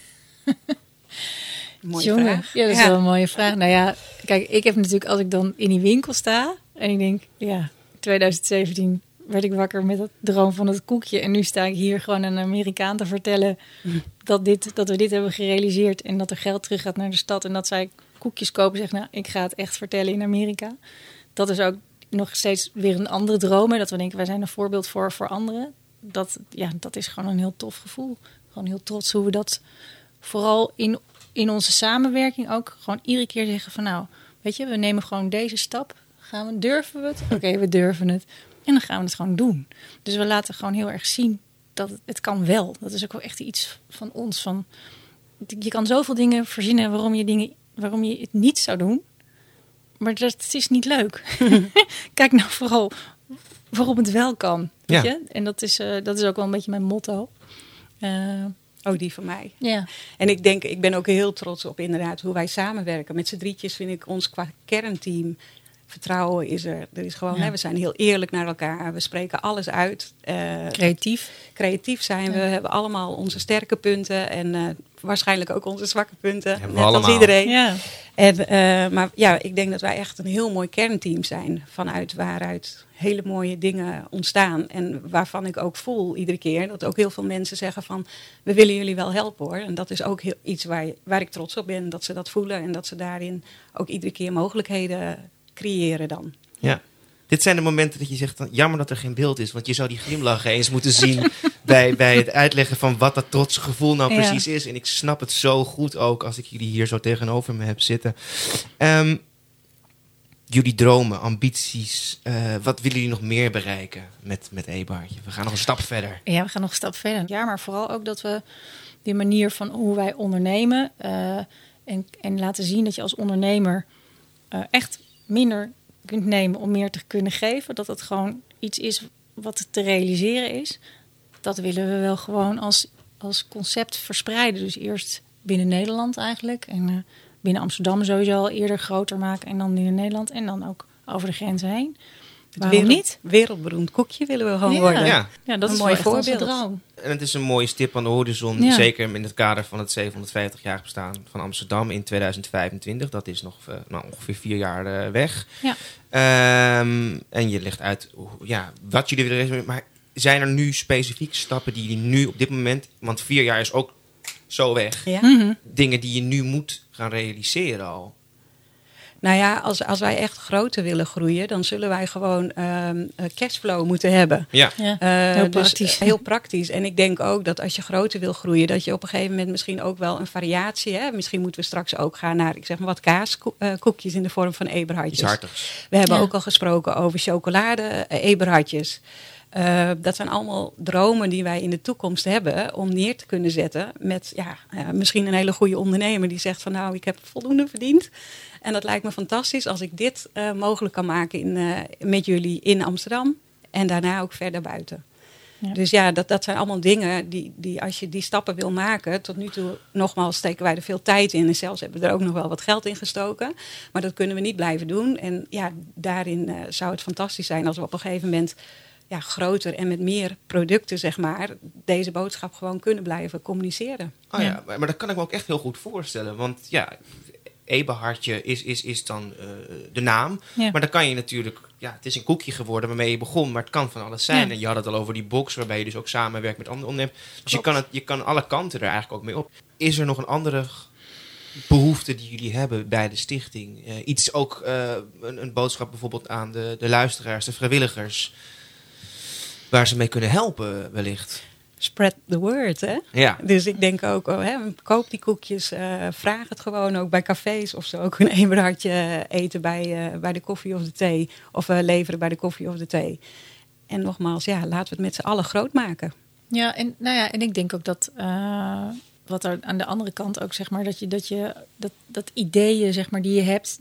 Mooie vraag. Ja, dat is wel een mooie vraag. Nou ja, kijk, ik heb natuurlijk als ik dan in die winkel sta en ik denk, 2017 werd ik wakker met het droom van het koekje. En nu sta ik hier gewoon een Amerikaan te vertellen dat we dit hebben gerealiseerd. En dat er geld terug gaat naar de stad. En dat zij koekjes kopen en zeggen, ik ga het echt vertellen in Amerika. Dat is ook nog steeds weer een andere droom. Hè? Dat we denken, wij zijn een voorbeeld voor anderen. Dat is gewoon een heel tof gevoel. Gewoon heel trots hoe we dat vooral in onze samenwerking ook gewoon iedere keer zeggen van weet je, we nemen gewoon deze stap. Durven we het? Oké, we durven het. En dan gaan we het gewoon doen. Dus we laten gewoon heel erg zien dat het kan wel. Dat is ook wel echt iets van ons. Je kan zoveel dingen verzinnen waarom je het niet zou doen. Maar dat is niet leuk. Kijk nou vooral waarom het wel kan. Weet Ja. je? En dat is ook wel een beetje mijn motto. Ook die van mij. Ja. En ik ben ook heel trots op inderdaad hoe wij samenwerken. Met z'n drietjes vind ik ons qua kernteam. Vertrouwen is er. Er is gewoon, Ja. we zijn heel eerlijk naar elkaar. We spreken alles uit. Creatief. Creatief zijn we. Ja. We hebben allemaal onze sterke punten. En waarschijnlijk ook onze zwakke punten. Hebben we Net als allemaal. iedereen. Ja. Maar ja, ik denk dat wij echt een heel mooi kernteam zijn. Vanuit waaruit hele mooie dingen ontstaan. En waarvan ik ook voel iedere keer dat ook heel veel mensen zeggen van... we willen jullie wel helpen hoor. En dat is ook iets waar ik trots op ben. Dat ze dat voelen en dat ze daarin ook iedere keer mogelijkheden creëren dan. Ja. Dit zijn de momenten dat je zegt, jammer dat er geen beeld is. Want je zou die glimlach eens moeten zien bij het uitleggen van wat dat trotse gevoel nou Ja. precies is. En ik snap het zo goed ook als ik jullie hier zo tegenover me heb zitten. Jullie dromen, ambities, wat willen jullie nog meer bereiken met Eberhardje? We gaan nog een stap verder. Ja, we gaan nog een stap verder. Ja, maar vooral ook dat we die manier van hoe wij ondernemen... en laten zien dat je als ondernemer echt minder kunt nemen om meer te kunnen geven. Dat het gewoon iets is wat te realiseren is. Dat willen we wel gewoon als concept verspreiden. Dus eerst binnen Nederland eigenlijk. En binnen Amsterdam sowieso al eerder groter maken. En dan binnen Nederland. En dan ook over de grenzen heen. Waarom niet? Wereldberoemd koekje willen we gewoon worden. Ja. Ja, dat Een is mooi wel echt onze voorbeeld. droom. En het is een mooie stip aan de horizon. Ja. Zeker in het kader van het 750-jarig bestaan van Amsterdam in 2025. Dat is nog ongeveer 4 jaar weg. Ja. En je legt uit wat jullie willen realiseren. Maar zijn er nu specifiek stappen die jullie nu op dit moment... want 4 jaar is ook zo weg. Ja. Mhm. Dingen die je nu moet gaan realiseren al. Nou ja, als wij echt groter willen groeien, dan zullen wij gewoon cashflow moeten hebben. Ja. Ja. Dus Heel praktisch. heel praktisch. En ik denk ook dat als je groter wil groeien, dat je op een gegeven moment misschien ook wel een variatie. Hè? Misschien moeten we straks ook gaan naar, ik zeg maar wat kaaskoekjes in de vorm van Eberhardjes. Iets hartigs. We hebben Ja. ook al gesproken over chocolade Eberhardjes. Dat zijn allemaal dromen die wij in de toekomst hebben om neer te kunnen zetten met misschien een hele goede ondernemer die zegt van nou, ik heb voldoende verdiend. En dat lijkt me fantastisch als ik dit mogelijk kan maken met jullie in Amsterdam en daarna ook verder buiten. Ja. Dus ja, dat zijn allemaal dingen die als je die stappen wil maken, tot nu toe nogmaals steken wij er veel tijd in en zelfs hebben we er ook nog wel wat geld in gestoken. Maar dat kunnen we niet blijven doen. En ja, daarin zou het fantastisch zijn als we op een gegeven moment groter en met meer producten, zeg maar, deze boodschap gewoon kunnen blijven communiceren. Oh ja, maar dat kan ik me ook echt heel goed voorstellen. Want ja, Eberhardje is dan de naam. Ja. Maar dan kan je natuurlijk... Ja, het is een koekje geworden waarmee je begon, maar het kan van alles zijn. Ja. En je had het al over die box, waarbij je dus ook samenwerkt met andere ondernemers. Dus Klopt. je kan alle kanten er eigenlijk ook mee op. Is er nog een andere behoefte die jullie hebben bij de stichting? Iets ook, een boodschap bijvoorbeeld aan de luisteraars, de vrijwilligers, waar ze mee kunnen helpen wellicht? Spread the word, hè? Ja. Dus ik denk ook, koop die koekjes, vraag het gewoon ook bij cafés of ze ook een Eberhardje eten bij de koffie of de thee. Of leveren bij de koffie of de thee. En nogmaals, laten we het met z'n allen groot maken. Ja, en ik denk ook dat wat er aan de andere kant ook, zeg maar, dat ideeën, zeg maar, die je hebt,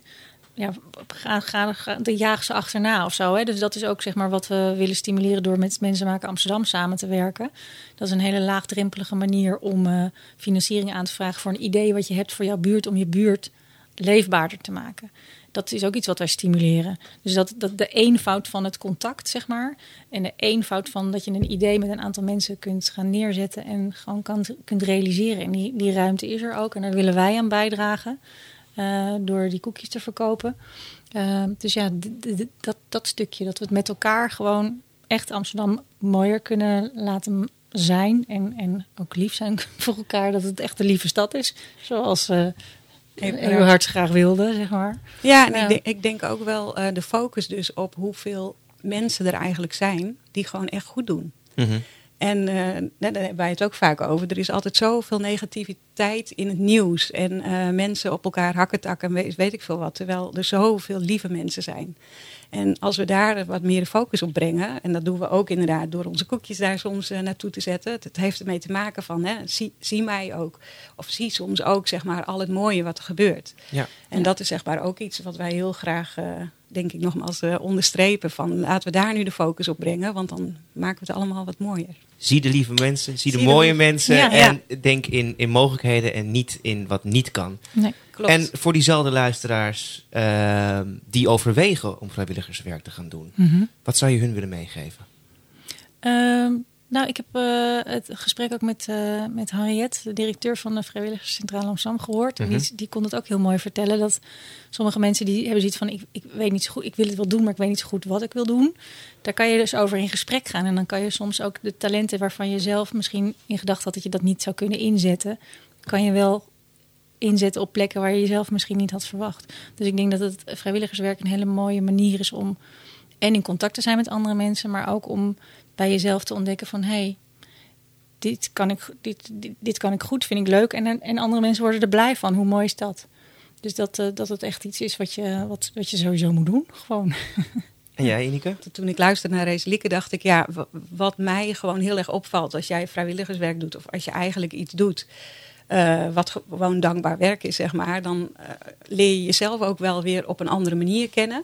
de jaag ze achterna of zo. Hè? Dus dat is ook, zeg maar, wat we willen stimuleren door met Mensen Maken Amsterdam samen te werken. Dat is een hele laagdrempelige manier om financiering aan te vragen voor een idee wat je hebt voor jouw buurt, om je buurt leefbaarder te maken. Dat is ook iets wat wij stimuleren. Dus dat de eenvoud van het contact, zeg maar. En de eenvoud van dat je een idee met een aantal mensen kunt gaan neerzetten en gewoon kunt realiseren. En die ruimte is er ook. En daar willen wij aan bijdragen. Door die koekjes te verkopen. Dus ja, dat stukje. Dat we het met elkaar gewoon echt Amsterdam mooier kunnen laten zijn. En ook lief zijn voor elkaar. Dat het echt een lieve stad is. Zoals Eberhard graag wilde, zeg maar. Ja, en ik denk ook wel de focus dus op hoeveel mensen er eigenlijk zijn die gewoon echt goed doen. Mm-hmm. En daar hebben wij het ook vaak over. Er is altijd zoveel negativiteit in het nieuws. En mensen op elkaar hakketakken en weet ik veel wat. Terwijl er zoveel lieve mensen zijn. En als we daar wat meer focus op brengen. En dat doen we ook inderdaad door onze koekjes daar soms naartoe te zetten. Het heeft ermee te maken van, zie mij ook. Of zie soms ook, zeg maar, al het mooie wat er gebeurt. Ja. En dat is, zeg maar, ook iets wat wij heel graag denk ik nogmaals onderstrepen van laten we daar nu de focus op brengen. Want dan maken we het allemaal wat mooier. Zie de lieve mensen, zie de mooie mensen. Ja. En denk in mogelijkheden en niet in wat niet kan. Nee. Klopt. En voor diezelfde luisteraars die overwegen om vrijwilligerswerk te gaan doen. Wat zou je hun willen meegeven? Nou, ik heb het gesprek ook met Henriette, de directeur van de Vrijwilligerscentrale Amsterdam, gehoord. En die kon het ook heel mooi vertellen. Dat sommige mensen die hebben zoiets van, ik weet niet zo goed, ik wil het wel doen, maar ik weet niet zo goed wat ik wil doen. Daar kan je dus over in gesprek gaan. En dan kan je soms ook de talenten waarvan je zelf misschien in gedachten had dat je dat niet zou kunnen inzetten, kan je wel inzetten op plekken waar je jezelf misschien niet had verwacht. Dus ik denk dat het vrijwilligerswerk een hele mooie manier is om en in contact te zijn met andere mensen, maar ook om bij jezelf te ontdekken van dit kan ik goed, vind ik leuk. En andere mensen worden er blij van. Hoe mooi is dat? Dus dat het echt iets is wat je sowieso moet doen. Gewoon. En jij, Ineke? Toen ik luisterde naar Reselieke dacht ik, wat mij gewoon heel erg opvalt als jij vrijwilligerswerk doet of als je eigenlijk iets doet wat gewoon dankbaar werk is, zeg maar, dan leer je jezelf ook wel weer op een andere manier kennen.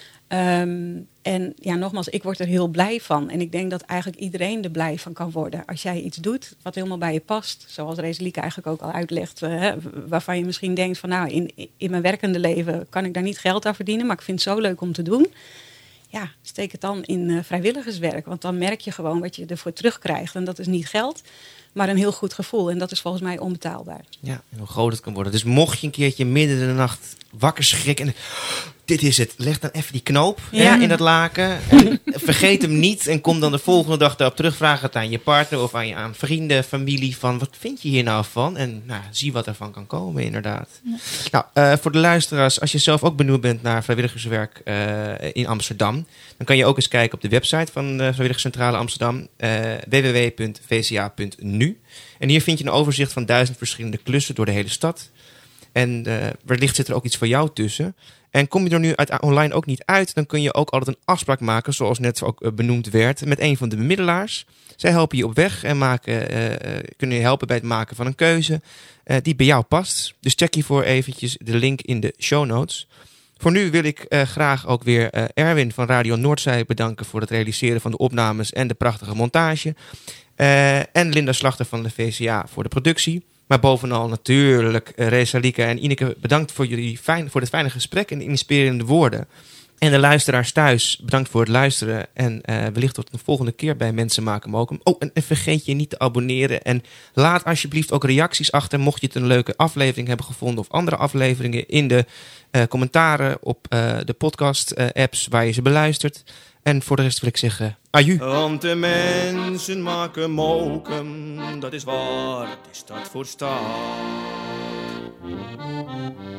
En ja, nogmaals, ik word er heel blij van. En ik denk dat eigenlijk iedereen er blij van kan worden. Als jij iets doet wat helemaal bij je past. Zoals Reselieke eigenlijk ook al uitlegt. Waarvan je misschien denkt van nou, in mijn werkende leven kan ik daar niet geld aan verdienen. Maar ik vind het zo leuk om te doen. Ja, steek het dan in vrijwilligerswerk. Want dan merk je gewoon wat je ervoor terugkrijgt. En dat is niet geld, maar een heel goed gevoel. En dat is volgens mij onbetaalbaar. Ja, en hoe groot het kan worden. Dus mocht je een keertje midden in de nacht wakker schrikken en dit is het, leg dan even die knoop in dat laken. En vergeet hem niet en kom dan de volgende dag daarop terug. Vraag het aan je partner of aan vrienden, familie van wat vind je hier nou van? En zie wat ervan kan komen, inderdaad. Ja. Nou, voor de luisteraars, als je zelf ook benieuwd bent naar vrijwilligerswerk in Amsterdam, dan kan je ook eens kijken op de website van de Vrijwilligerscentrale Amsterdam, www.vca.nu. En hier vind je een overzicht van 1000 verschillende klussen door de hele stad. En wellicht zit er ook iets voor jou tussen. En kom je er nu online ook niet uit, dan kun je ook altijd een afspraak maken, zoals net ook benoemd werd, met een van de bemiddelaars. Zij helpen je op weg en kunnen je helpen bij het maken van een keuze die bij jou past. Dus check hiervoor eventjes de link in de show notes. Voor nu wil ik graag ook weer Erwin van Radio Noordzij bedanken voor het realiseren van de opnames en de prachtige montage. En Linda Slachter van de VCA voor de productie. Maar bovenal natuurlijk Reselieke en Ineke, bedankt voor het fijne gesprek en de inspirerende woorden. En de luisteraars thuis, bedankt voor het luisteren. En wellicht tot de volgende keer bij Mensen Maken Mokum. Oh, en vergeet je niet te abonneren. En laat alsjeblieft ook reacties achter, mocht je het een leuke aflevering hebben gevonden of andere afleveringen in de commentaren op de podcast-apps waar je ze beluistert. En voor de rest wil ik zeggen, aju. Want de mensen maken mokum, dat is waar, het is dat voor staat.